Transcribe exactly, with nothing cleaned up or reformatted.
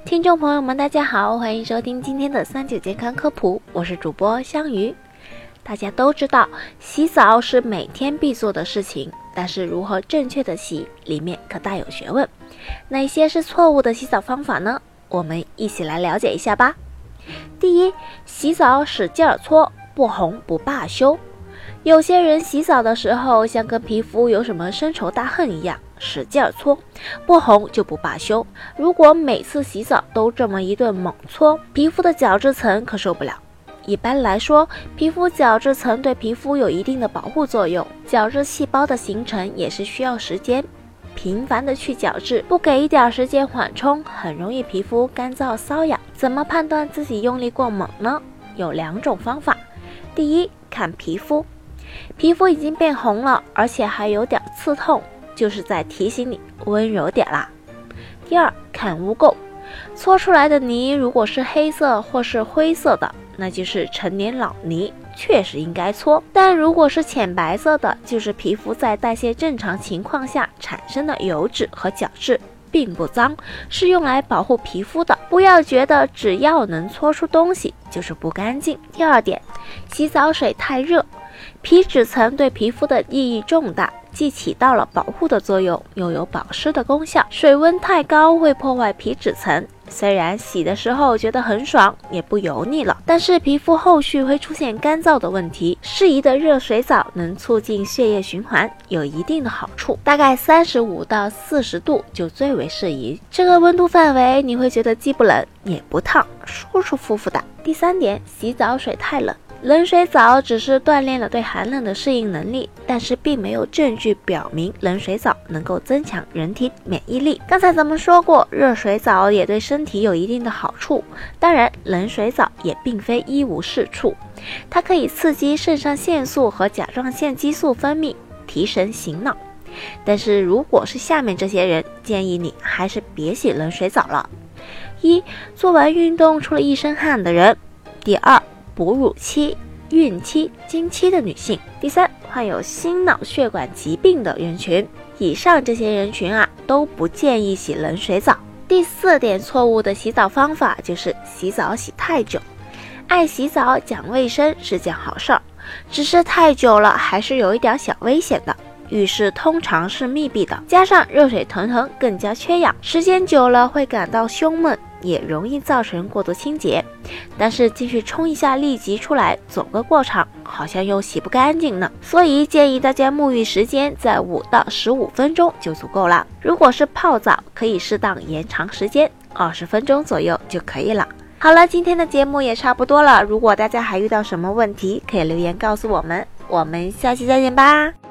听众朋友们大家好，欢迎收听今天的三九健康科普，我是主播香鱼。大家都知道洗澡是每天必做的事情，但是如何正确的洗里面可大有学问。哪些是错误的洗澡方法呢？我们一起来了解一下吧。第一，洗澡使劲儿搓，不红不罢休。有些人洗澡的时候像跟皮肤有什么深仇大恨一样，使劲儿搓，不红就不罢休。如果每次洗澡都这么一顿猛搓，皮肤的角质层可受不了。一般来说，皮肤角质层对皮肤有一定的保护作用，角质细胞的形成也是需要时间。频繁的去角质，不给一点时间缓冲，很容易皮肤干燥瘙痒。怎么判断自己用力过猛呢？有两种方法。第一，看皮肤。皮肤已经变红了，而且还有点刺痛，就是在提醒你温柔点啦。第二，看污垢。搓出来的泥如果是黑色或是灰色的，那就是陈年老泥，确实应该搓。但如果是浅白色的，就是皮肤在代谢正常情况下产生的油脂和角质，并不脏，是用来保护皮肤的。不要觉得只要能搓出东西就是不干净。第二点，洗澡水太热。皮脂层对皮肤的意义重大，既起到了保护的作用，又有保湿的功效。水温太高会破坏皮脂层，虽然洗的时候觉得很爽，也不油腻了，但是皮肤后续会出现干燥的问题。适宜的热水澡能促进血液循环，有一定的好处，大概三十五到四十度就最为适宜。这个温度范围你会觉得既不冷也不烫，舒舒服服的。第三点，洗澡水太冷。冷水澡只是锻炼了对寒冷的适应能力，但是并没有证据表明冷水澡能够增强人体免疫力。刚才咱们说过，热水澡也对身体有一定的好处，当然冷水澡也并非一无是处，它可以刺激肾上腺素和甲状腺激素分泌，提神醒脑。但是如果是下面这些人，建议你还是别洗冷水澡了。一、做完运动出了一身汗的人。第二，哺乳期、孕期、经期的女性。第三，患有心脑血管疾病的人群。以上这些人群啊，都不建议洗冷水澡。第四点错误的洗澡方法就是洗澡洗太久。爱洗澡讲卫生是件好事儿，只是太久了还是有一点小危险的。浴室通常是密闭的，加上热水腾腾更加缺氧，时间久了会感到胸闷，也容易造成过度清洁。但是进去冲一下立即出来，走个过场好像又洗不干净呢。所以建议大家沐浴时间在五到十五分钟就足够了。如果是泡澡，可以适当延长时间，二十分钟左右就可以了。好了，今天的节目也差不多了，如果大家还遇到什么问题，可以留言告诉我们，我们下期再见吧。